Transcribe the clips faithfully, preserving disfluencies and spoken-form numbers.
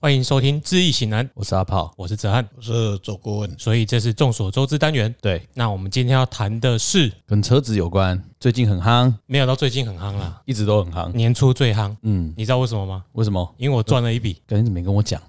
欢迎收听知易行难， 我是阿炮， 我是哲翰， 我是周顾问。 所以这是众所周知单元。 对， 那我们今天要谈的是跟车子有关，最近很夯， 没有到最近很夯啦， 一直都很夯， 年初最夯。 嗯， 你知道为什么吗？ 为什么？ 因为我赚了一笔。 跟你没跟我讲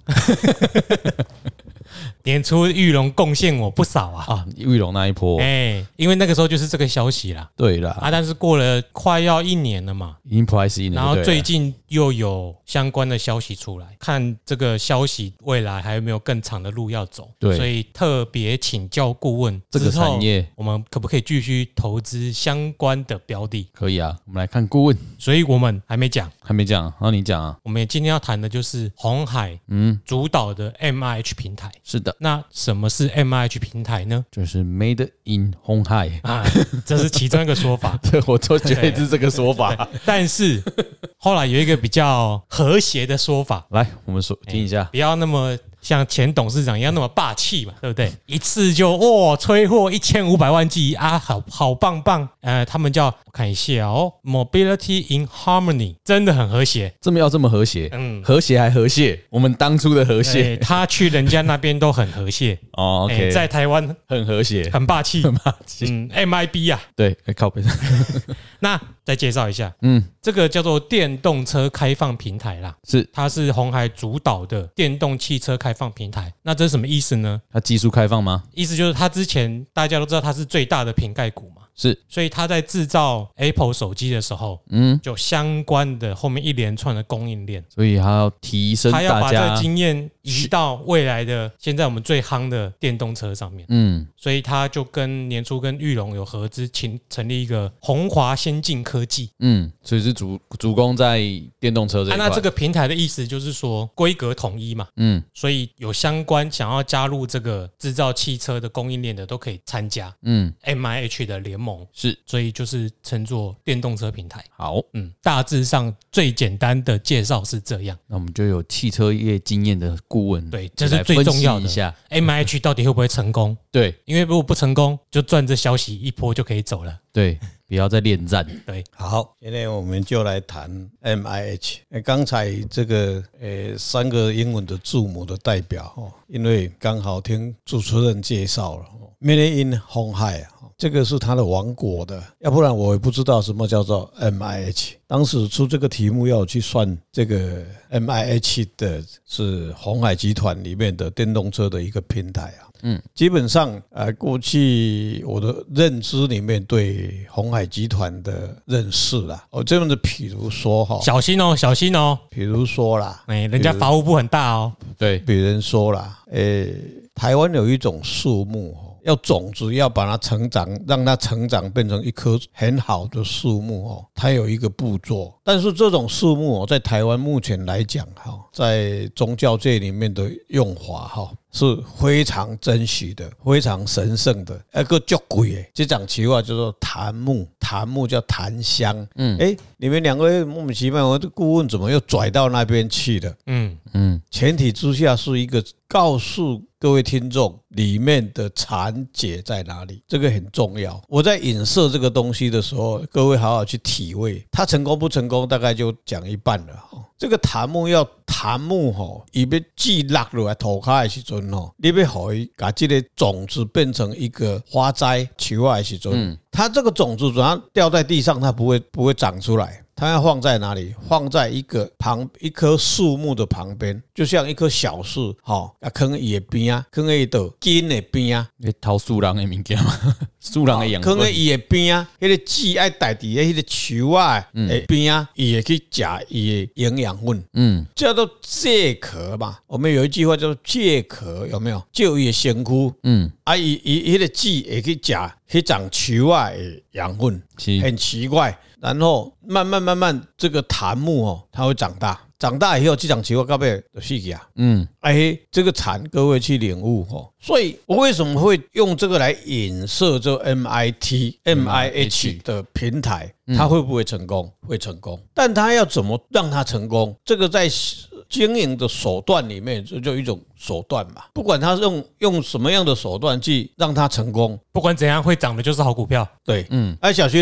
年初玉龙贡献我不少啊。 啊？玉龙那一波， 哎、欸，因为那个时候就是这个消息啦。 对啦， 啊，但是过了快要一年了嘛， 已经 price in 了， 然后最近又有相关的消息出来，看这个消息未来还有没有更长的路要走。 对， 所以特别请教顾问， 这个产业我们可不可以继续投资相关的标的？ 可以啊，我们来看顾问， 所以我们还没讲， 还没讲，然后你讲啊。 我们今天要谈的就是鸿海嗯主导的 M I H 平台。 是的， 那什么是 M I H 平台呢？ 就是 Made in 鸿海啊，这是其中一个说法。 对，我都觉得是这个说法。 但是后来有一个比较和谐的说法， 来，我们说听一下， 不要那么像前董事长一样那么霸气嘛，对不对？一次就哇催货一千五百万剂啊，好好棒棒。呃，他们叫我看一下哦 ，Mobility in Harmony， 真的很和谐。 这么要这么和谐，嗯，和谐还和谐，我们当初的和谐， 他去人家那边都很和谐哦 ，OK， 在台湾很和谐， 很霸气， 很霸气， 嗯 ，M I B 啊， 对，靠背上。 那再介绍一下， 嗯， 这个叫做电动车开放平台啦， 是， 它是鸿海主导的电动汽车开放平台。那这是什么意思呢？ 它技术开放吗？ 意思就是它之前大家都知道它是最大的瓶盖股嘛， 是， 所以它在制造 Apple 手机的时候，嗯，就相关的后面一连串的供应链， 所以它要提升大家， 它要把这个经验移到未来的现在我们最夯的电动车上面，嗯，所以它就跟年初跟裕隆有合资，请成立一个鸿华先进科技， 嗯，所以是主主攻在电动车这一块。 啊、那这个平台的意思就是说规格统一嘛，嗯，所以有相关想要加入这个制造汽车的供应链的都可以参加，嗯 ，M I H 的联盟是， 所以就是称作电动车平台。 好， 嗯，大致上最简单的介绍是这样。 那我们就有汽车业经验的顾问， 对，这是最重要的。 一下 M I H 到底会不会成功？ 对， 因为如果不成功，就赚这消息一波就可以走了。 对，不要再恋战。 对， 好，今天我们就来谈 M I H。刚才这个呃三个英文的字母的代表哦，因为刚好听主持人介绍了 ，Made in 鸿海啊。这个是他的王国的，要不然我也不知道什么叫做 M I H。当时出这个题目要去算这个 M I H 的是鸿海集团里面的电动车的一个平台啊。嗯，基本上呃，过去我的认知里面对鸿海集团的认识啦，哦，这样子，比如说哈， 小心哦，小心哦， 比如说啦， 哎，人家法务部很大哦， 对， 比如说啦，诶，台湾有一种树木。要种子要把它成长，让它成长变成一棵很好的树木哦，它有一个步骤。但是这种树木哦，在台湾目前来讲哈，在宗教界里面的用法哈，是非常珍惜的，非常神圣的，一个叫贵诶。这讲奇话叫做檀木，檀木叫檀香。嗯，哎，你们两个莫名其妙，我的顾问怎么又拽到那边去了？嗯嗯，前提之下是一个告诉各位听众里面的缠结在哪里，这个很重要。我在影射这个东西的时候，各位好好去体味，它成功不成功，大概就讲一半了。这个檀木要檀木吼，伊要寄落落来土骹的时阵吼，你要互伊把这个种子变成一个花栽树仔的时阵，它这个种子只要掉在地上，它不会不会长出来。它要放在哪里？放在一个旁一棵树木的旁边，就像一棵小树，哈，啊，放伊的边啊，放在伊的根的边啊， 你偷树人的物件嘛，树人的养分， 放在伊的边啊，迄个籽爱带伫迄个树啊的边啊，伊会去食伊的营养分，嗯，叫做借壳嘛。我们有一句话叫做借壳，有没有？就伊的身躯，嗯，啊，伊伊迄个籽会去食去长树啊的养分，很奇怪。然后慢慢慢慢，这个檀木哦，它会长大，长大以后，这场树到尾就死去啊。嗯，哎，这个禅各位去领悟哦。所以我为什么会用这个来影射这 M I T M I H 的平台，它会不会成功？会成功，但它要怎么让它成功？这个在经营的手段里面，这就一种手段嘛。不管它是用用什么样的手段去让它成功， 不管怎样会涨的就是好股票。 对，嗯，哎，小心哦。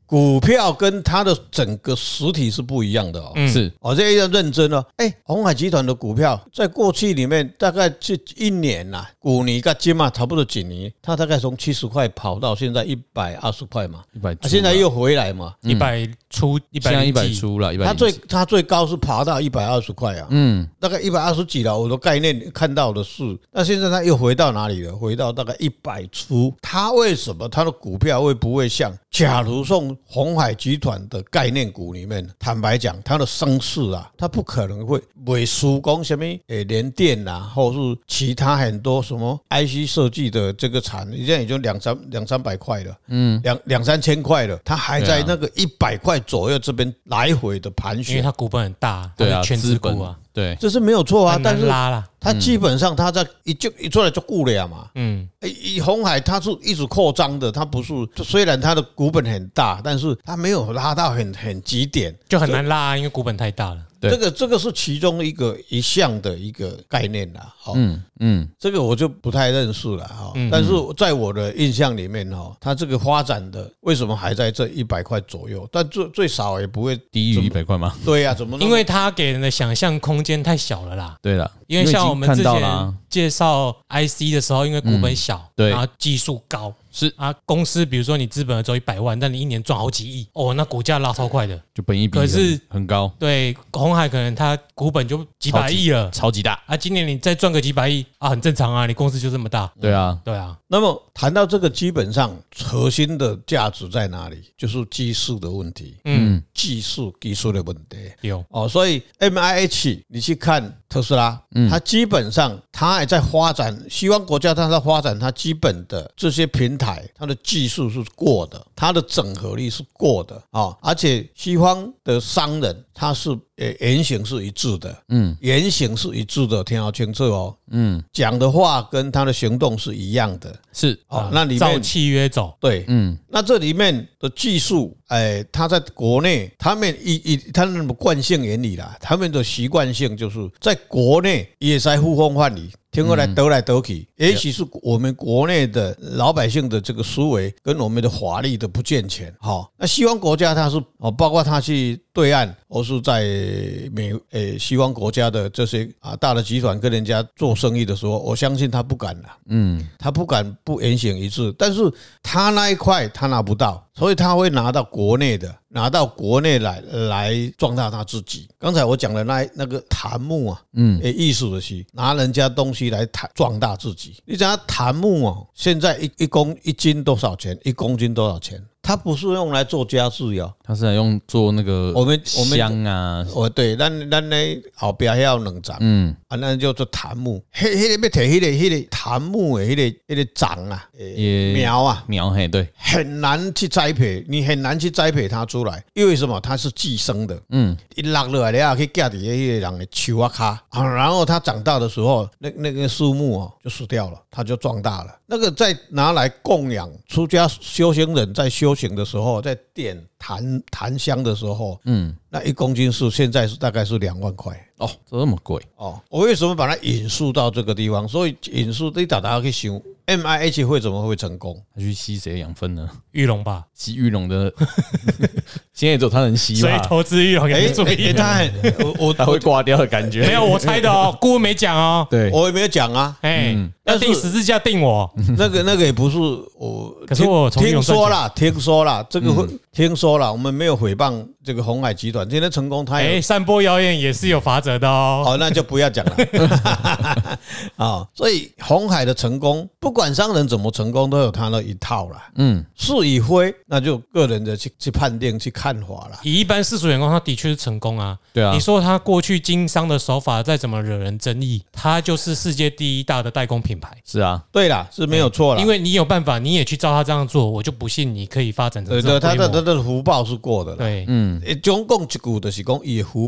股票跟它的整个实体是不一样的哦。 嗯是哦，这要认真哦。哎，鸿海集团的股票在过去里面大概这一年呐、啊，股年跟金嘛，差不多几年，它大概从七十块跑到现在一百二十块嘛， 一百， 啊，现在又回来嘛， 一百出一百现在一百出了，一百。 它最它最高是爬到一百二十块啊， 嗯， 大概一百二十几了。我的概念看到的是，那现在它又回到哪里了？回到大概一百出。它为什么它的股票会不会像？假如送鸿海集团的概念股里面，坦白讲，它的声势啊，它不可能会尾输讲什么诶联电呐，或是其他很多什么 I C 设计的这个产，现在已经两三两三百块了，嗯，两两三千块了，它还在那个一百块左右这边来回的盘旋， 因为它股本很大， 对啊， 全资股啊，对， 这是没有错啊，但是拉啦。 它基本上它在一就一出来就顾了嘛， 嗯， 以鸿海它是一直扩张的，它不是虽然它的股本很大，但是它没有拉到很很极点， 就很难拉，因为股本太大了。 这个这个是其中一个一项的一个概念啦，哈， 嗯嗯， 这个我就不太认识了哈，但是在我的印象里面哈，它这个发展的为什么还在这一百块左右？但最最少也不会低于一百块吗？ 对呀，怎么？ 因为它给人的想象空间太小了啦。 对了， 因为像我们之看到前啦介绍 I C 的时候，因为股本小， 对然后技术高。 是啊，公司比如说你资本额只有一百万，但你一年赚好几亿，哦，那股价拉超快的， 就本益比可是很高， 对，鸿海可能它股本就几百亿了， 超级大啊，今年你再赚个几百亿啊，很正常啊，你公司就这么大， 对啊， 对啊。 那么谈到这个，基本上核心的价值在哪里？就是技术的问题， 嗯， 技术技术的问题。 有哦，所以 M I H 你去看特斯拉，它基本上它还在发展，西方国家它在发展它基本的这些平台，它的技术是过的，它的整合力是过的啊，而且西方的商人他是呃言行是一致的，嗯，言行是一致的，听好清楚哦，嗯，讲的话跟他的行动是一样的， 是哦，那里面照契约走， 对，嗯，那这里面的技术，哎，它在国内，他们以以他们的惯性原理啦，他们的习惯性就是在国内也在呼风唤雨。听过来得来得去，也许是我们国内的老百姓的这个思维跟我们的法律的不健全。好，那西方国家它是哦，包括他去对岸，或是在美诶西方国家的这些啊大的集团跟人家做生意的时候，我相信他不敢了，嗯，他不敢不言行一致，但是他那一块他拿不到。所以他会拿到国内的，拿到国内来来壮大他自己。刚才我讲的那那个檀木啊，嗯，意思的是拿人家东西来谈壮大自己。你讲檀木哦，现在一一公一斤多少钱？一公斤多少钱？它不是用来做家具哟， 它是来用做那个我们我们香啊， 哦对，咱咱咧后边还要两掌，嗯，啊，那叫做檀木，迄迄个要摕迄个迄个檀木的迄个迄个掌啊，苗啊苗嘿，对， 很难去栽培，你很难去栽培它出来，因为什么？它是寄生的，嗯，一落落来了去夹伫迄个人的树啊卡啊，然后它长大的时候，那那个树木哦就死掉了，它就壮大了。那个再拿来供养出家修行人在修行的时候，在点檀檀香的时候，嗯，那一公斤数现在是大概是两万块哦，这么贵哦。我为什么把它引述到这个地方？所以引述你大家去想 ，M I H 会怎么会成功？ 他去吸谁的养分呢？ 玉龙吧， 吸玉龙的，现在只有他能吸吧？ 所以投资玉龙也注意， 他很我我他会挂掉的感觉。 没有，我猜的哦，顾问没讲哦。 对， 我也没有讲啊。 哎，要定十字架定我， 那个那个也不是我， 可是我听说啦，听说啦，这个会听说啦，我们没有诽谤这个鸿海集团，今天成功，他哎，散播谣言也是有法则的哦。 好，那就不要讲了啊。所以鸿海的成功，不管商人怎么成功，都有他的一套啦。嗯，是与非，那就个人的去去判定、去看法啦。 以一般世俗眼光，他的确是成功啊。 对啊， 你说他过去经商的手法再怎么惹人争议，他就是世界第一大的代工品牌。 是啊， 对啦，是没有错啦。 因为你有办法，你也去照他这样做，我就不信你可以发展成这种规模。 对对，他的他的福报是过的啦。 对， 嗯，总共一句就是讲，伊的福报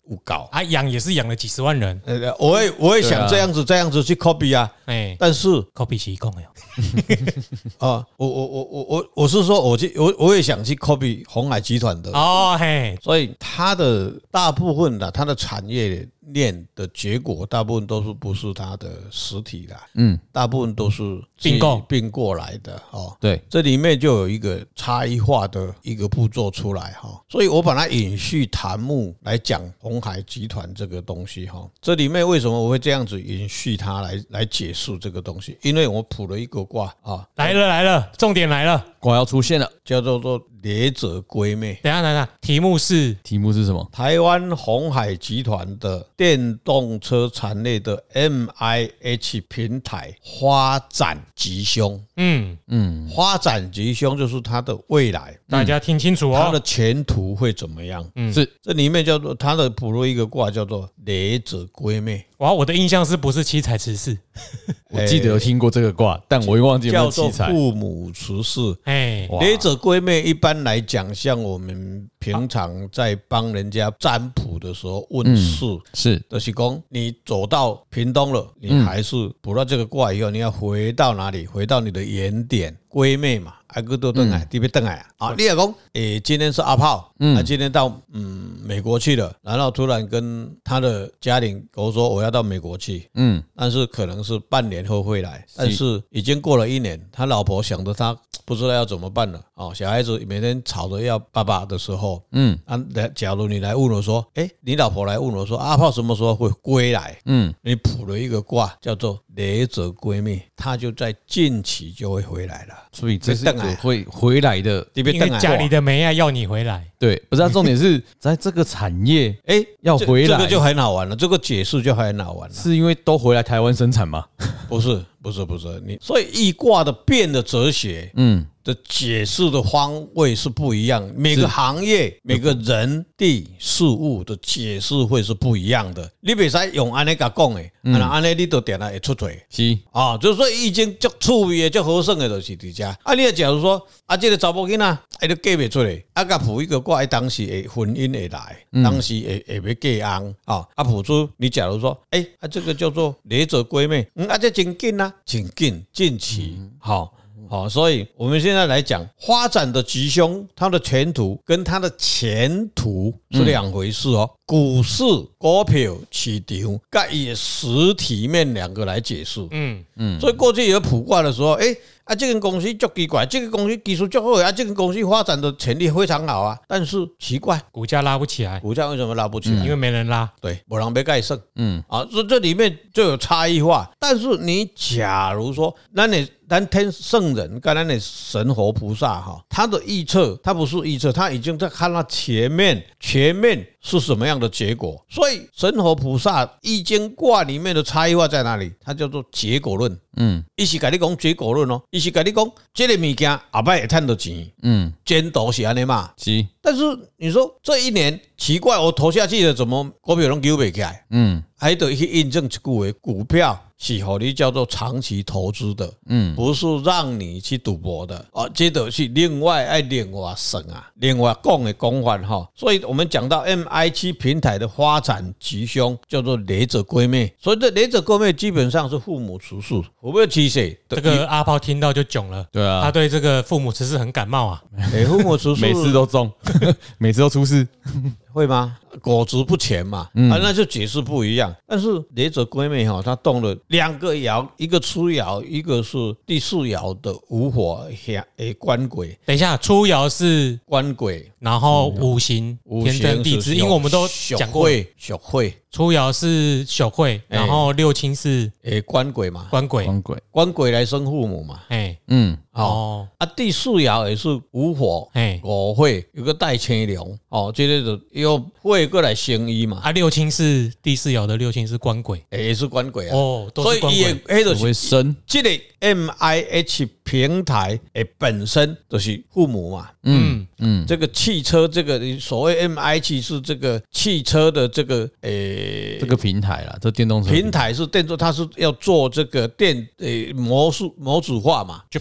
有搞啊，养也是养了几十万人， 呃，我也我也想这样子这样子去 copy 啊， 哎但是 ，copy 是讲的啊，我我我我我我是说，我去我我也想去 copy 鸿海集团的， 哦，嘿， 所以它的大部分的它的产业链的结果，大部分都是不是它的实体啦，嗯，大部分都是并购并过来的哦。 对， 这里面就有一个差异化的一个步骤出来哈，所以我把它引序檀木来讲鸿海集团这个东西哈。这里面为什么我会这样子引序它来来解释这个东西？因为我卜了一个卦啊， 来了来了，重点来了， 卦要出现了， 叫做做猎者归妹。 等一下等一下，题目是题目是什么？ 台湾鸿海集团的电动车产业的 M I H 平台发展吉凶。 嗯嗯， 发展吉凶就是它的未来， 大家听清楚它的哦， 前途会怎么样？ 嗯是这里面叫做它的卜了一个卦叫做猎者归妹， 哇，我的印象是不是七彩持世？ 我记得有听过这个卦，但我又忘记有没叫做有七彩。 父母慈氏。 哎， 哇猎者归妹一般来讲，像我们平常在帮人家占卜的时候问事， 是就是讲你走到屏东了，你还是卜到这个卦以后，你要回到哪里？回到你的原点归妹嘛，啊，个都登来，你别登来啊！你也讲，诶，今天是阿炮，啊，今天到嗯美国去了，然后突然跟他的家庭跟我说我要到美国去， 嗯， 但是可能是半年后会来，但是已经过了一年，他老婆想着他不知道要怎么办了哦，小孩子每天吵着要爸爸的时候，嗯，啊，假如你来问我说，诶，你老婆来问我说阿炮什么时候会归来？嗯，你卜了一个卦叫做猎者归妹，他就在近期就会回来了。 所以这是一个会回来的， 你别因为家里的梅亚要你回来， 对，不是啊，重点是在这个产业，哎，要回来， 这个就很好玩了，这个解释就很好玩了， 是因为都回来台湾生产吗？ 不是，不是，不是，你所以易卦的变的哲学，嗯。的解释的方位是不一样，每个行业、每个人、地、事物的解释会是不一样的。你袂使用安尼甲讲的，安尼你就定来会出错。 是啊，就是说易经足趣味的、足好耍的，就是伫遮。啊，你假如说啊，这个查某囡仔，伊都嫁袂出来，啊，甲卜一个卦，当时会婚姻会来，当时会会要嫁翁啊，啊，卜出你假如说，哎，啊，这个叫做猎者归妹，嗯，啊，这真紧啊，真紧，近期好。好，所以我们现在来讲发展的吉凶，它的前途跟它的前途是两回事哦。股市、股票市场，跟以实体面两个来解释。嗯嗯，所以过去有卜卦的时候，哎、欸、啊，这个公司足奇怪，这个公司技术足好啊，这个公司发展的潜力非常好啊，但是奇怪， 股价拉不起来， 股价为什么拉不起来？ 因为没人拉， 对，没人要盖胜。嗯，啊，这这里面就有差异化。但是你假如说，那你。咱天圣人跟咱的神佛菩萨哈，他的预测，他不是预测，他已经在看到前面前面是什么样的结果。所以神佛菩萨易经卦里面的差异化在哪里？它叫做结果论。嗯，伊是跟你讲结果论哦，伊是跟你讲这个物件后摆会赚到钱。嗯，监督是安尼嘛？ 是。 但是你说这一年奇怪，我投下去了，怎么股票拢救不起来？嗯，还得去印证一句话，股票是互你叫做长期投资的，嗯，不是让你去赌博的哦。这就是另外爱另外算啊，另外讲的讲法哈。所以我们讲到 M I 七 平台的发展吉凶，叫做猎者归妹。所以这猎者归妹基本上是父母慈氏，有没有其实这个阿炮听到就囧了， 对啊， 他对这个父母慈氏很感冒啊， 欸、父母慈氏每次都中，每次都出事。 会吗？果子不全嘛，嗯、啊，那就解释不一样。但是猎者归妹哈，他动了两个爻，一个初爻，一个是第四爻的午火诶官鬼。 等一下，初爻是官鬼， 然后五行天正地支，因为我们都讲过， 小会初爻是小会，然后六亲是诶官鬼嘛， 官鬼， 官鬼， 官鬼来生父母嘛， 哎，嗯，哦， 啊，第四爻也是午火，哎，午会有个带青龙，哦，这个就又会过来生伊嘛， 啊，六亲是第四爻的六亲是官鬼， 也是官鬼啊， 哦，都是官鬼， 所以也会生， 这个 M I H 平台诶本身就是父母嘛，嗯嗯，这个汽车这个所谓 M I H 是这个汽车的这个诶。 这个平台啦，这电动车平台是电动，它是要做这个电诶模式模组化嘛，是不是？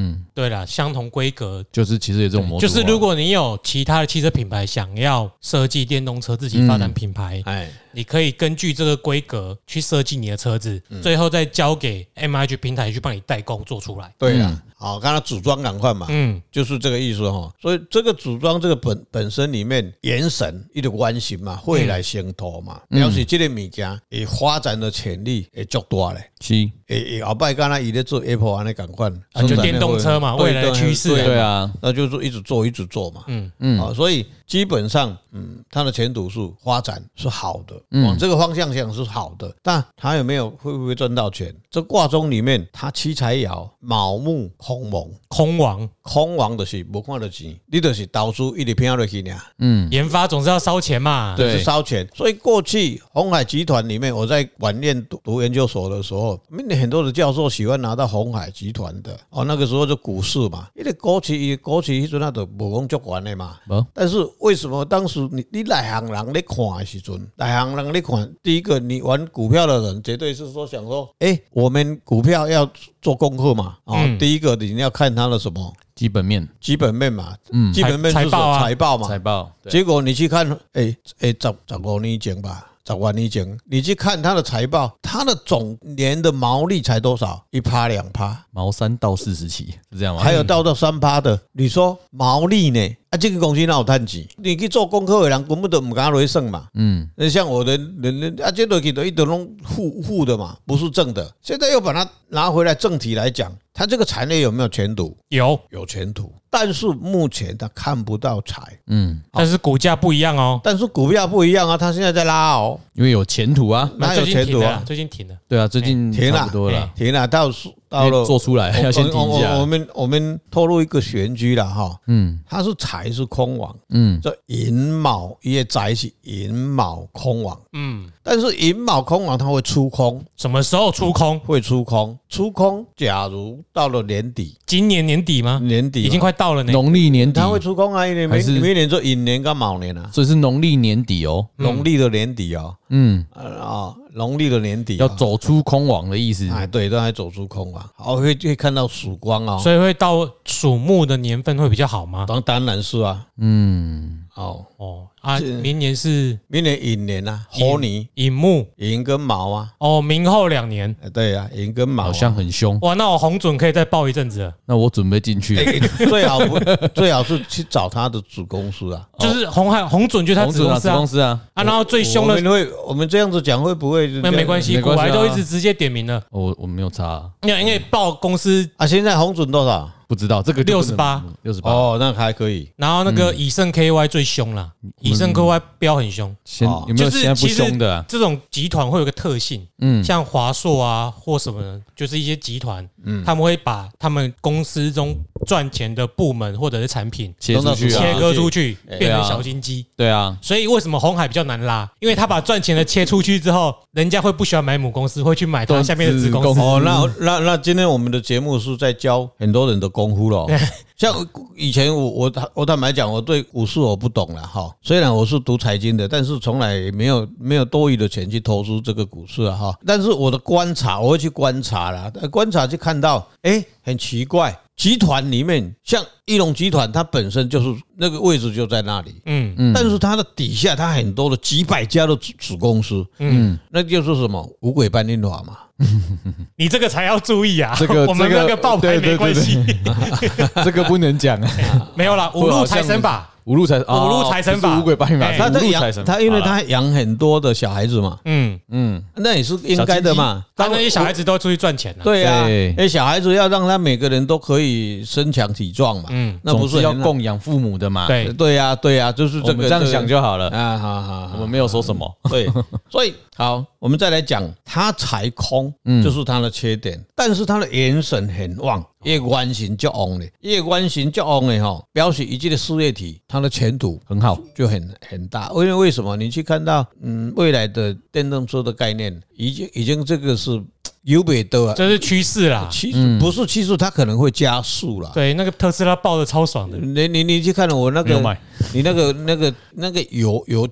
嗯，对啦，相同规格， 就是其实有这种模组化， 就是如果你有其他的汽车品牌想要设计电动车自己发展品牌，哎、嗯，你可以根据这个规格去设计你的车子，嗯、最后再交给 M I H 平台去帮你代工做出来。 对啦。嗯好，刚才组装赶快嘛，嗯，就是这个意思哈。所以这个组装这个本本身里面，原神一个关系嘛，会来先头嘛，表示这个物件诶发展的潜力会足大嘞。 是， 诶诶，后摆刚才伊咧做 Apple 安尼赶快， 啊，就电动车嘛，未来的趋势， 对啊， 那就是一直做一直做嘛，嗯嗯，啊，所以基本上，嗯，它的前途是发展是好的，往这个方向想是好的，但它有没有会不会赚到钱？这卦中里面，它七彩爻卯木空亡， 空亡， 空亡就是无看到钱，你就是投资一直偏落去呢。 嗯，研发总是要烧钱嘛， 对，是烧钱。所以过去鸿海集团里面，我在晚念读读研究所的时候，很多的教授喜欢拿到鸿海集团的哦，那个时候就股市嘛，因为股市股市迄阵那都无讲足悬的嘛。但是为什么当时你你内行人咧看的时阵，内行人咧看，第一个你玩股票的人绝对是说想说，哎，我们股票要做功课嘛，哦，第一个你要看它的什么基本面， 基本面嘛，嗯，基本面是财报嘛， 财报。 结果你去看，哎哎，十十五年前吧。十万年前，你去看它的财报，它的总年的毛利才多少？一趴两趴， 毛三到四十期是这样吗？ 还有到到三趴的，你说毛利呢？啊，这个公司哪有赚钱？你去做功课的人根本都唔敢来算嘛。嗯，那像我的人人啊，这落去都一直拢负负的嘛，不是正的。现在又把它拿回来正题来讲，它这个产业有没有前途？ 有， 有前途。但是目前它看不到财， 嗯，但是股价不一样哦。 但是股票不一样啊，它现在在拉哦， 因为有前途啊， 哪有前途啊？ 最近停了， 对啊，最近停差不多了， 停了，到到了做出来要先停一下。 我们我们透露一个玄机了哈，嗯，它是财是空亡，嗯，这寅卯也在一起，寅卯空亡，嗯，但是寅卯空亡它会出空， 什么时候出空？ 会出空，出空。假如到了年底， 今年年底吗？ 年底已经快到了呢， 农历年底它会出空啊，因为明明年做寅年跟卯年啊， 所以是农历年底哦， 农历的年底哦，嗯啊，农历的年底要走出空亡的意思， 哎，对，都还走出空亡，好会会看到曙光啊， 所以会到属木的年份会比较好吗？ 当当然是啊，嗯，哦哦。啊，明年是明年寅年啊，猴年寅木寅跟卯啊， 哦，明后两年， 对啊，寅跟卯好像很凶哇，那我红准可以再报一阵子了， 那我准备进去， 最好不最好是去找他的子公司啊， 就是红海红准就是他子公司啊， 公司啊， 啊，然后最凶的， 我们会我们这样子讲会不会？ 那没关系，股癌都一直直接点名了， 我我没有差， 因为因为报公司啊，现在红准多少？ 不知道这个六十八， 六十八哦，那还可以。 然后那个以盛 K Y 最凶了，以盛 K Y 标很凶。 先有没有现在不凶的？ 这种集团会有个特性，嗯，像华硕啊或什么的，就是一些集团，嗯，他们会把他们公司中赚钱的部门或者是产品切出去， 切割出去，变成小金鸡。 对啊， 所以为什么鸿海比较难拉？因为他把赚钱的切出去之后，人家会不喜欢买母公司，会去买他下面的子公司。 哦，那那那今天我们的节目是在教很多人的功夫了。像以前我我我坦白讲，我对股市我不懂了哈。虽然我是读财经的，但是从来没有没有多余的钱去投资这个股市啊哈。但是我的观察，我会去观察啦，观察就看到，哎，很奇怪。集团里面，像一龙集团，它本身就是那个位置就在那里，嗯嗯，但是它的底下，它很多的几百家的子公司，嗯，那就是什么五鬼搬运法嘛。 你这个才要注意啊！ 这个我们那个爆牌没关系， 这个不能讲啊。 没有啦，五路财神法。 五路财五路财神法， 五鬼搬运法， 他他养他，因为他养很多的小孩子嘛，嗯嗯，那也是应该的嘛。 他那些小孩子都出去赚钱了， 对啊，哎，小孩子要让他每个人都可以身强体壮嘛，嗯， 那不是要供养父母的嘛？ 对对呀对呀，就是这个这样想就好了啊，好好， 我们没有说什么， 对，所以好，我们再来讲，他财空，就是他的缺点，但是他的元神很旺。业关型较旺的，业关型较旺的哈，表示以这个事业体它的前途很好， 就很很大。因为为什么？你去看到嗯未来的电动车的概念，已经已经这个是有北的啊， 这是趋势啦， 趋势不是趋势，它可能会加速啦。 对，那个特斯拉爆的超爽的。 你你你去看我那个，你那个那个那个油油价，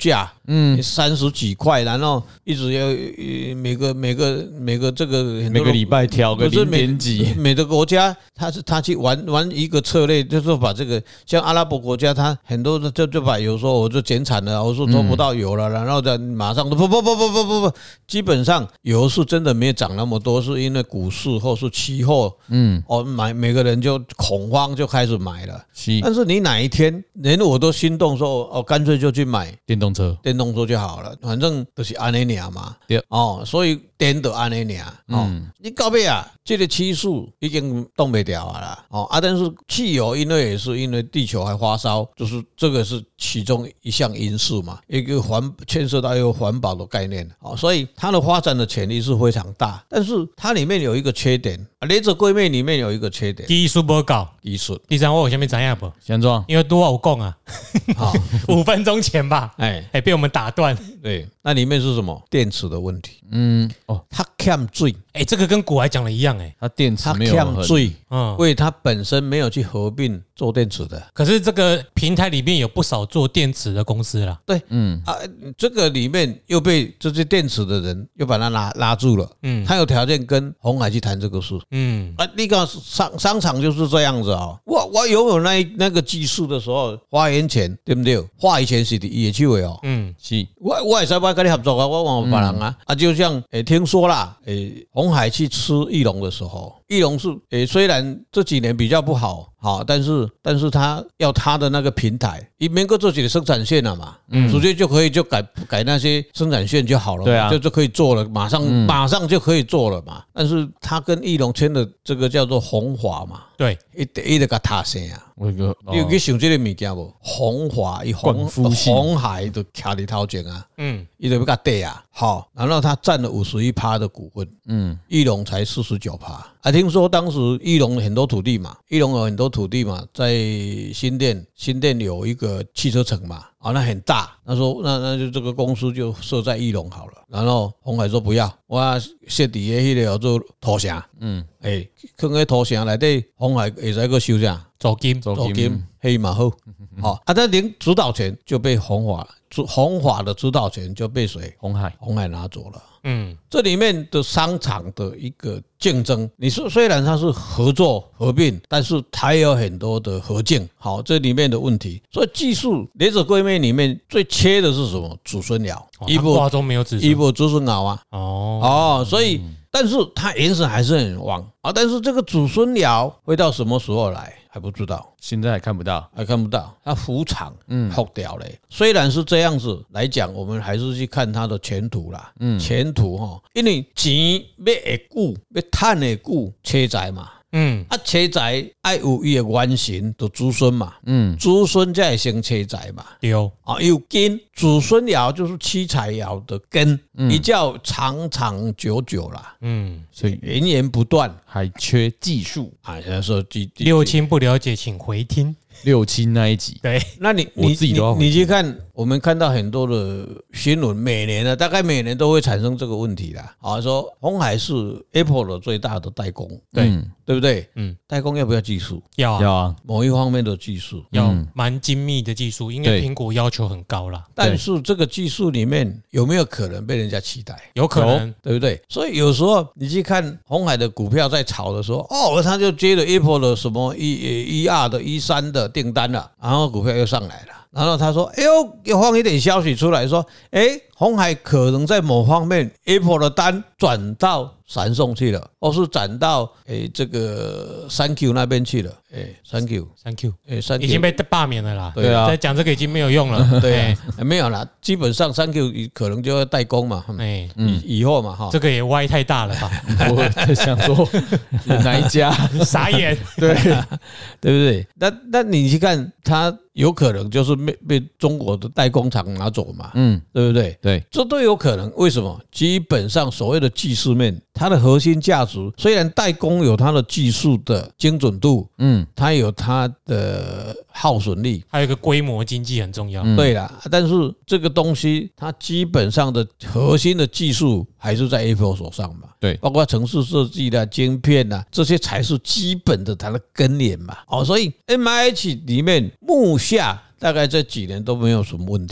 嗯，三十几块，然后一直要每个每个每个这个每个礼拜调个零点几， 每个国家他是他去玩玩一个策略，就是把这个像阿拉伯国家，他很多的就就把有时候我就减产了，我说做不到油了，然后再马上不不不不不不不，基本上油是真的没有涨那么多，是因为股市或是期货，嗯，哦买每个人就恐慌就开始买了，但是你哪一天连我都心动说，哦干脆就去买电动车， 电动车就好了，反正就是安尼尔嘛，对哦，所以电就安尼尔哦，你到尾啊，这个趋势已经动不掉啊啦，哦啊，但是汽油因为也是因为地球还发烧，就是这个是其中一项因素嘛，一个环牵涉到一个环保的概念，哦，所以它的发展的潜力是非常大，但是它里面有一个缺点，雷泽龟妹里面有一个缺点， 技术不高， 技术。 第三我有下面怎样不？ 先装， 因为多少讲啊， 好， 五分钟前吧，哎哎被我们打断。 对，那里面是什么？电池的问题。嗯，哦，它欠水。 哎，这个跟古来讲的一样，哎， 它电池没有欠水，嗯，因为它本身没有去合并做电池的。 可是这个平台里面有不少做电池的公司啦。 对，嗯啊，这个里面又被这些电池的人又把它拉拉住了。嗯，他有条件跟鸿海去谈这个事。嗯，啊，那个商商场就是这样子啊。我我拥有那那个技术的时候，花钱钱对不对？花钱是伊的手的哦。嗯，是。我我也是我跟你合作啊，我往别人啊啊，就像诶，听说啦，诶，鸿海去吃翼龙的时候，翼龙是诶，虽然这几年比较不好。好，但是但是他要他的那个平台，一能够做起的生产线了嘛，嗯，直接就可以就改改那些生产线就好了，对啊，就就可以做了，马上马上就可以做了嘛。但是他跟翼龙签的这个叫做鸿华嘛， 对， 一一直个塔生啊，我个你有去想这个物件无？鸿华一鸿鸿海都卡里头前啊，嗯，一直要个对啊，好，然后他占了五十一趴的股份，嗯，翼龙才四十九趴。啊，听说当时翼龙很多土地嘛，翼龙有很多土地嘛，在新店，新店有一个汽车城嘛，啊，那很大。他说，那那就这个公司就设在翼龙好了。然后鸿海说不要，我设底下迄个叫做土城，嗯，诶，放在土城内底，鸿海会使个收啥？ 租金， 租金，黑嘛好，好，啊，但连主导权就被鸿华，鸿华的主导权就被谁？ 鸿海， 鸿海拿走了。嗯，这里面的商场的一个竞争，你说虽然它是合作合并，但是它也有很多的合竞。好，这里面的问题，所以技术雷泽龟妹里面最缺的是什么？祖孙爻， 一部卦中没有子孙， 一部祖孙爻啊。哦哦，所以但是它原神还是很旺啊。但是这个祖孙爻会到什么时候来？还不知道， 现在还看不到， 还看不到，它浮场，嗯，复掉嘞。虽然是这样子来讲，我们还是去看它的前途啦，嗯，前途哈，因为钱要会久，要赚会久，车财嘛，嗯，啊，车财爱有伊的原型，就子孙嘛，嗯，子孙才会生车财嘛， 对啊，有根，子孙爻就是七财爻的根，比较长长久久啦，嗯，所以源源不断。 还缺技术啊！现在说六亲不了解，请回听六亲那一集。 对， 那你你你你去看，我们看到很多的新闻，每年呢，大概每年都会产生这个问题啦。啊，说鸿海是 Apple 的最大的代工，对对不对？嗯，代工要不要技术？ 要啊， 要啊， 某一方面的技术要蛮精密的技术，因为苹果要求很高啦。 但是这个技术里面有没有可能被人家取代？ 有可能， 对不对？所以有时候你去看鸿海的股票在炒的时候，哦，他就接了 Apple 的什么 E E R 的 E 三的订单了，然后股票又上来了。然后他说：“哎呦，又放一点消息出来说，哎，鸿海可能在某方面 Apple 的单转到三送去了，或是转到诶这个三 Q 那边去了，诶三 Q 三 Q 诶三 Q 已经被罢免了啦。 对啊， 再讲这个已经没有用了。 对，没有啦，基本上三 Q 可能就要代工嘛，哎，以以后嘛哈， 这个也歪太大了吧？ 我在想说哪一家傻眼， 对对不对？那那你去看他。”有可能就是被被中国的代工厂拿走嘛，嗯，对不对？ 对， 这都有可能。为什么？基本上所谓的技术面，它的核心价值虽然代工有它的技术的精准度，嗯，它有它的耗损率， 还有一个规模经济很重要。 对啦，但是这个东西它基本上的核心的技术还是在 Apple 手上嘛， 对， 包括程式设计的晶片呐，这些才是基本的它的根源嘛。哦，所以 M I H 里面目下大概这几年都没有什么问题了。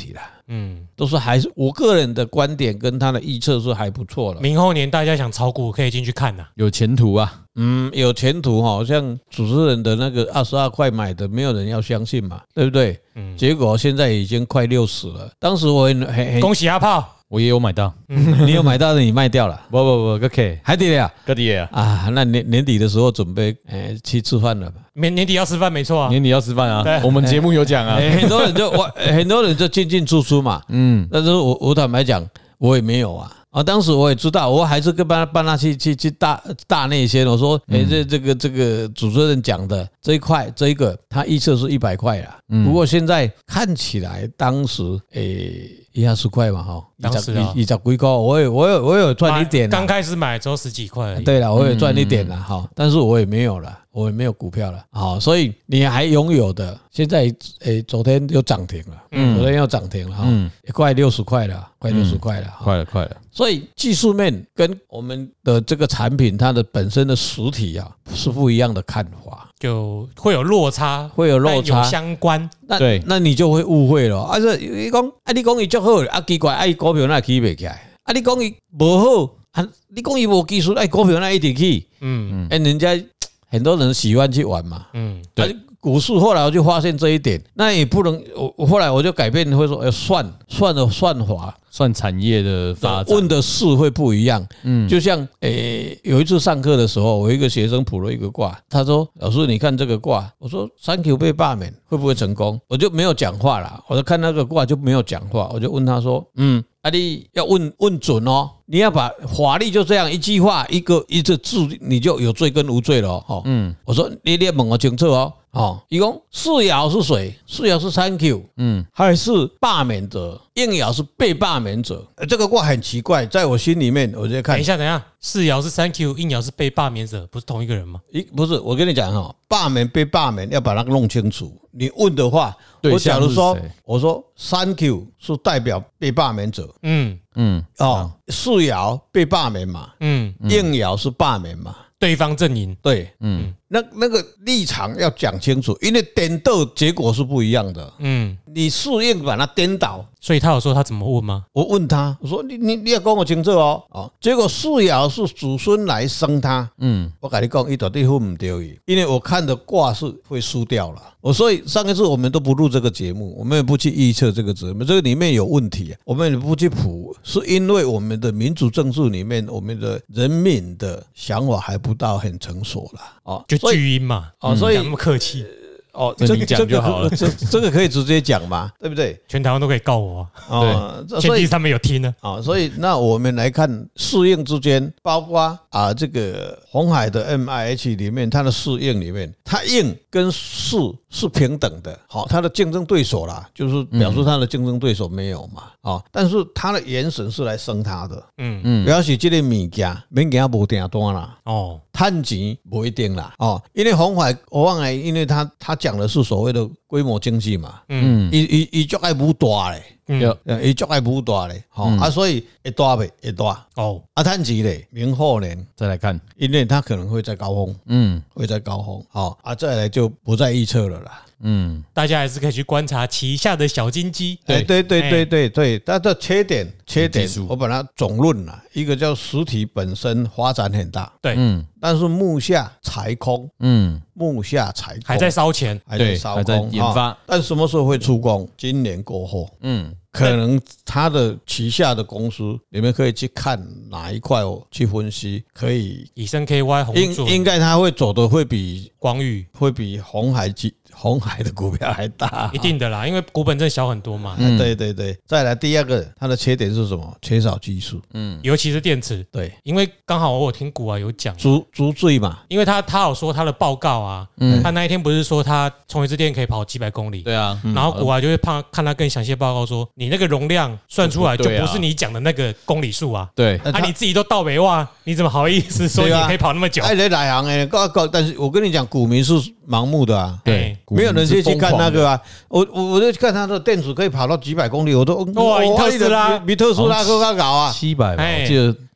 嗯，都是还是我个人的观点跟他的预测是还不错了。 明后年大家想炒股可以进去看呐， 有前途啊。 嗯，有前途哈，像主持人的那个二十二块买的，没有人要相信嘛，对不对？嗯，结果现在已经快六十了。当时我很很恭喜阿炮， 我也有买到， 你有买到的，你卖掉了？ 不不不，个 K 还得了， 个底啊！ 啊，那年年底的时候准备诶去吃饭了吧？ 年年底要吃饭没错啊， 年底要吃饭啊，我们节目有讲啊， 很多人就我很多人就进进出出嘛，嗯，但是我我坦白讲，我也没有啊。啊，当时我也知道，我还是跟帮他帮他去去去大大内先，我说，哎，这这个这个主持人讲的这一块，这一个他预测是一百块啦，不过现在看起来，当时诶一二十块嘛，哈， 当时啊， 一十几块，我有我有我有赚一点， 刚开始买只有十几块而已， 对了，我有赚一点了哈，但是我也没有了。我也没有股票了，好，所以你还拥有的，现在诶，昨天又涨停了，嗯，昨天又涨停了哈，嗯，快六十块了，快六十块了， 快了，快了。所以技术面跟我们的这个产品它的本身的实体啊是不一样的看法， 就会有落差， 会有落差， 有相关， 那对，那你就会误会了。啊，是你讲啊，你讲伊足好，啊奇怪，啊伊股票那起不起来？啊，你讲伊无好，啊，你讲伊无技术，哎，股票那一直起，嗯，哎，人家。很多人喜欢去玩嘛，嗯，对，股市后来我就发现这一点，那也不能，我我后来我就改变，会说，要算算的算法， 算产业的发展， 问的事会不一样，嗯，就像诶，有一次上课的时候，我一个学生卜了一个卦，他说，老师你看这个卦，我说三 Q 被罢免会不会成功？我就没有讲话了，我就看那个卦就没有讲话，我就问他说，嗯。啊，你要问问准哦，你要把法律就这样一句话一个一个字，你就有罪跟无罪了哦。嗯，我说你你问我清楚哦。哦，一共四爻是谁？四爻是三 Q， 嗯，还是罢免者？应爻是被罢免者。这个卦很奇怪，在我心里面，我就看。 等一下，等一下，四爻是三 Q， 应爻是被罢免者，不是同一个人吗？ 一不是，我跟你讲哈，罢免被罢免要把它弄清楚。你问的话，我假如说，我说三 Q 是代表被罢免者，嗯嗯，哦，四爻被罢免嘛，嗯，应爻是罢免嘛。 对方阵营对，嗯，那那个立场要讲清楚，因为颠倒结果是不一样的。嗯，你适应把它颠倒， 所以他有说他怎么问吗？ 我问他，我说你你你要跟我清楚哦，哦，结果四爻是祖孙来生他，嗯，我跟你讲，一到底分不掉伊，因为我看的卦是会输掉了。我所以上一次我们都不录这个节目，我们也不去预测这个节目，这个里面有问题，我们也不去谱，是因为我们的民主政治里面，我们的人民的想法还不到很成熟了，哦， 就巨婴嘛， 哦，所以讲那么客气。 哦，这个讲就好了，这这个可以直接讲嘛，对不对？ 全台湾都可以告我啊，对，前提是他们有听呢啊，所以那我们来看适应之间，包括啊这个鸿海的 M I H 里面，它的适应里面，它应跟适是平等的，好，它的竞争对手啦，就是表示它的竞争对手没有嘛，啊，但是它的元神是来生它的，嗯嗯，表示这个物件物件无订单啦，哦，赚钱不一定啦，哦，因为鸿海我忘了，因为他他讲的是所谓的规模经济嘛，嗯，伊伊伊足爱武大嘞，嗯，伊足爱武大嘞，好啊，所以会大袂会大哦，啊，赚钱嘞，明后年再来看， 因为它可能会在高峰，嗯，会在高峰，好啊，再来就不再预测了啦。 嗯，大家还是可以去观察旗下的小金鸡。 对对对对对对，它的缺点缺点，我把它总论了，一个叫实体本身发展很大， 对，嗯， 但是目下财空，嗯，目下财空还在烧钱， 还在烧空研发， 但什么时候会出工？今年过后，嗯。可能他的旗下的公司，你们可以去看哪一块哦，去分析，可以以升 K Y 红应应该他会走的会比光裕会比鸿海基鸿海的股票还大， 一定的啦，因为股本真小很多嘛。 嗯，对对对。再来第二个，它的缺点是什么？缺少技术， 嗯，尤其是电池。 对， 因为刚好我有听股啊有讲， 足足罪嘛， 因为他他有说他的报告啊，嗯，他那一天不是说他充一次电可以跑几百公里， 对啊， 然后股啊就会怕看他更详细的报告说，你那个容量算出来就不是你讲的那个公里数啊， 对， 啊你自己都到北哇，你怎么好意思说你可以跑那么久？ 哎，你哪行哎？但是我跟你讲，股民是盲目的啊， 对， 没有人去去看那个啊，我我我就看他的电池可以跑到几百公里，我都哇，特斯拉比特斯拉更高啊， 七百吧，我记得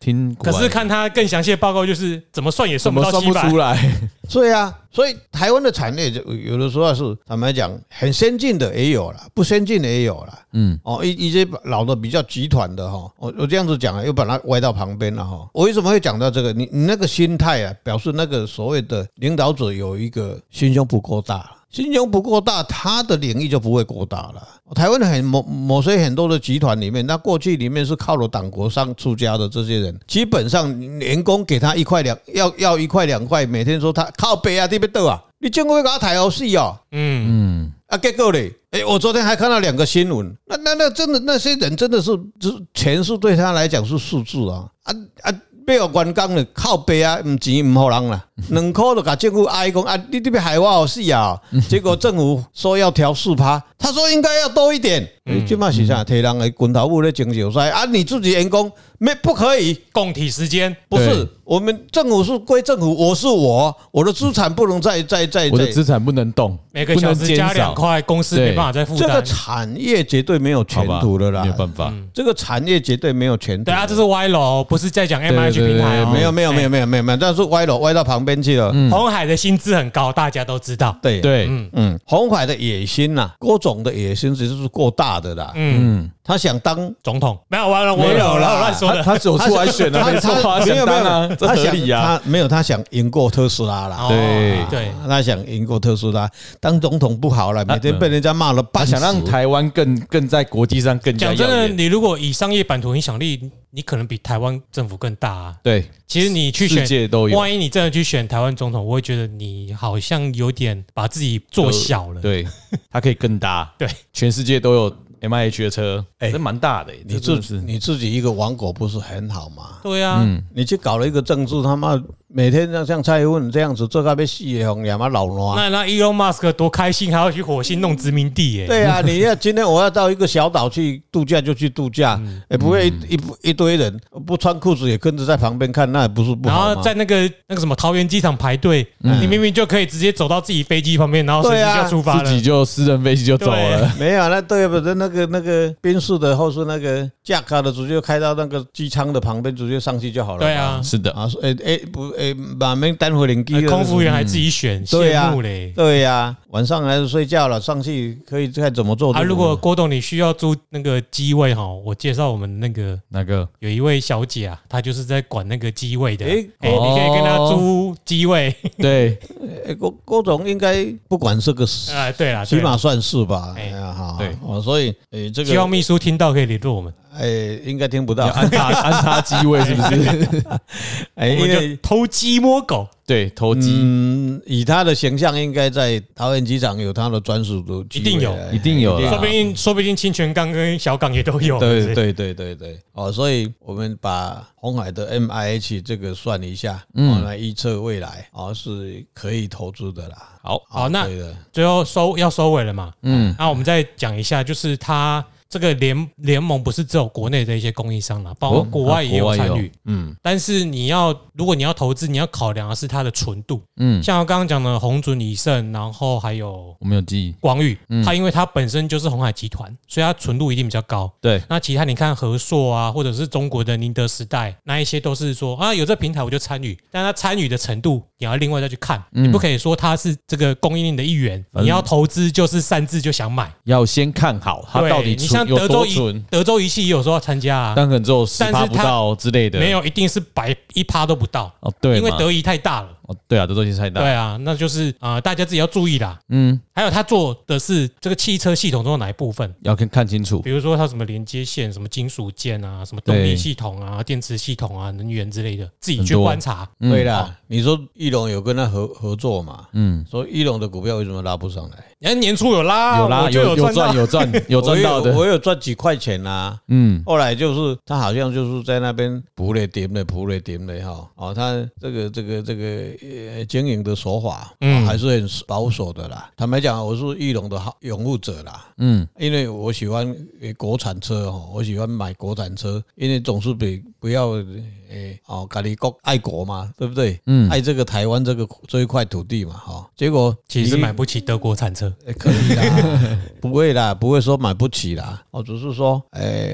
听， 可是看他更详细的报告，就是怎么算也算怎么算不不到七百出来。 对啊，所以台湾的产业就有的时候是坦白讲，很先进的也有了，不先进的也有了。嗯，哦，一一些老的比较集团的哈，我我这样子讲又把它歪到旁边了哈。我为什么会讲到这个？你你那个心态啊，表示那个所谓的领导者有一个心胸不够大。心胸不够大，他的领域就不会够大了。台湾的很某某些很多的集团里面，那过去里面是靠了党国上出家的这些人，基本上员工给他一块两要要一块两块，每天说他靠背啊，你别倒啊，你政府会给他抬好戏哦。嗯嗯，啊，结果嘞，哎，我昨天还看到两个新闻，那那那真的那些人真的是，钱是对他来讲是数字啊啊啊！要有员工了靠背啊，唔钱唔互人啦，两块就甲政府哀讲啊，你你别害我好死啊！结果政府说要调四趴，他说应该要多一点。嗯，这嘛是啥？提人的滚头物咧经济赛啊，你自己员工没不可以共体时间， 不是我们政府是归政府，我是我，我的资产不能再再再， 我的资产不能动， 每个小时加两块，公司没办法再负担。 这个产业绝对没有前途的啦， 没有办法， 这个产业绝对没有前途。 对啊，这是歪楼，不是在讲 M I H 平台哦， 没有没有没有没有没有没有，但是歪楼歪到旁边去了。 鸿海的薪资很高，大家都知道。 对对， 嗯嗯，鸿海的野心呐，郭总的野心其实是过大的啦。嗯。他想当总统，没有完了， 没有啦， 乱说的。 他走出来选了，没错， 没有没有， 这合理啊。 他没有，他想赢过特斯拉啦。 对对， 他想赢过特斯拉，当总统不好了，每天被人家骂了半死。 想让台湾更更在国际上更加讲真的，你如果以商业版图影响力，你可能比台湾政府更大啊。 对， 其实你去选， 世界都有。 万一你真的去选台湾总统，我会觉得你好像有点把自己做小了。 对，他可以更大。 对， 全世界都有。M I H 的车，哎，这蛮大的。 你自己你自己一个王国不是很好吗？ 对啊， 你去搞了一个政治，他妈每天像像蔡英文这样子做到要死的红脸嘛老卵。 那那 Elon Musk 多开心，还要去火星弄殖民地耶？ 对啊，你要今天我要到一个小岛去度假就去度假，也不会一一一堆人不穿裤子也跟着在旁边看，那也不是不好吗？ 然后在那个那个什么桃园机场排队，你明明就可以直接走到自己飞机旁边，然后随时就出发了， 自己就私人飞机就走了。 没有，那对不对？那个那个宾士的或是那个驾卡的，直接开到那个机舱的旁边，直接上去就好了。 对啊， 是的啊，诶诶不诶，把门单回零机， 空服员还自己选，羡慕嘞。 对呀，晚上还是睡觉了，上去可以看怎么做。 啊，如果郭董你需要租那个机位哈，我介绍我们那个那个有一位小姐啊，她就是在管那个机位的。诶诶，你可以跟她租机位。 对， 郭郭总应该不管这个事啊，对啦， 起码算是吧。哎呀哈， 对， 所以诶这个希望秘书听到可以联络我们。 哎，应该听不到， 安插安插机位是不是？ 哎，因为偷鸡摸狗， 对，偷鸡。 嗯，以他的形象，应该在桃园机场有他的专属的机位， 一定有， 一定有， 说不定说不定清泉岗跟小港也都有。 对对对对对，哦，所以我们把鸿海的 M I H 这个算一下，嗯，来预测未来，哦，是可以投资的啦。 好，好，那最后收要收尾了嘛？嗯，那我们再讲一下，就是他。这个联联盟不是只有国内的一些供应商啦，包括国外也有参与。嗯，但是你要如果你要投资，你要考量的是它的纯度。嗯，像我刚刚讲的鸿准、以盛，然后还有我没有记忆广宇，它因为它本身就是鸿海集团，所以它纯度一定比较高。 对， 那其他你看和硕啊，或者是中国的宁德时代，那一些都是说啊有这平台我就参与，但它参与的程度你要另外再去看，你不可以说它是这个供应链的一员，你要投资就是擅自就想买， 要先看好它到底出。 德州仪德州仪器也有时候要参加啊， 但可能只有十趴不到之类的， 没有一定是百一趴都不到哦，对， 因为德仪太大了。 哦，对啊，德州仪器太大， 对啊，那就是啊、呃，大家自己要注意啦。嗯，还有他做的是这个汽车系统中的哪一部分， 要看看清楚。 比如说它什么连接线、什么金属件啊、什么动力系统啊、电池系统啊、能源之类的，自己去观察。 对啦，你说翼龙有跟他合合作嘛？嗯，所以翼龙的股票为什么拉不上来？ 哎，年初有拉， 有拉，有有赚，有赚，有赚到的。 我有赚几块钱啊。嗯，后来就是他好像就是在那边补了点了，补了点了哈。哦，他这个这个这个呃经营的手法，嗯，还是很保守的啦。坦白讲，我是翼龙的拥护者啦。嗯，因为我喜欢国产车哈，我喜欢买国产车，因为总是比不要诶哦，咖喱国爱国嘛，对不对？嗯，爱这个台湾这个这一块土地嘛，哈。结果其实买不起德国产车， 可以啦，不会啦，不会说买不起啦。我只是说，诶。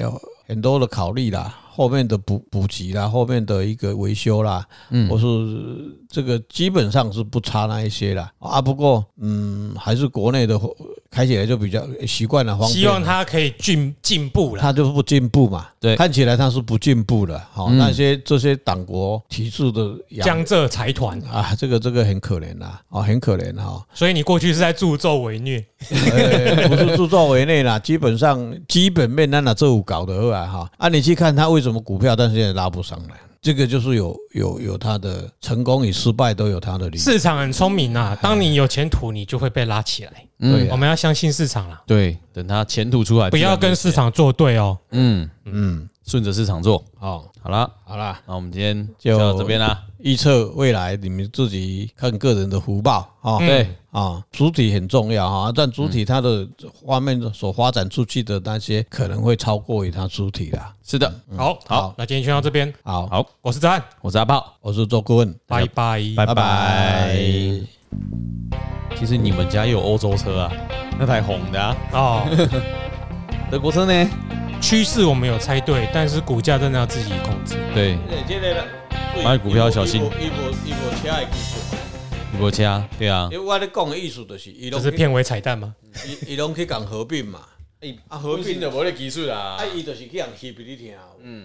很多的考虑啦，后面的补补给啦，后面的一个维修啦，嗯，或是这个基本上是不差那一些啦啊。不过嗯，还是国内的开起来就比较习惯了，方便。 希望它可以进进步了， 它就不进步嘛。 对， 看起来它是不进步的。好，那些这些党国体制的江浙财团啊，这个这个很可怜啦，哦，很可怜哈。 所以你过去是在助纣为虐， 不是助纣为虐啦，基本上基本面那哪这五搞的啊哈。啊，你去看它为什么股票，但是现在拉不上来。这个就是有有有它的成功与失败都有它的理由。 市场很聪明啊，当你有前途，你就会被拉起来。 对、啊， 我们要相信市场啦。 对，等它前途出来， 不要跟市场作对哦。 嗯嗯，顺着市场做。 好， 好了好了， 那我们今天就到这边啦。 预测未来，你们自己看个人的福报啊。 对啊，主体很重要哈，但主体它的画面所发展出去的那些可能会超过于它主体啦。 是的， 好好，那今天就到这边。 好好， 我是张翰， 我是阿炮， 我是周顾问， 拜拜， 拜拜。其实你们家也有欧洲车啊，那台红的啊。 哦， 德国车呢？ 趋势我们有猜对，但是股价真的要自己控制。 对，买股票要小心。 一波一波车的技术， 一波车，对啊。 因为我咧讲的意思就是， 这是片尾彩蛋吗？ 伊伊拢去讲合并嘛，啊合并就无咧技术啦，啊伊就是去人翕俾你听。嗯。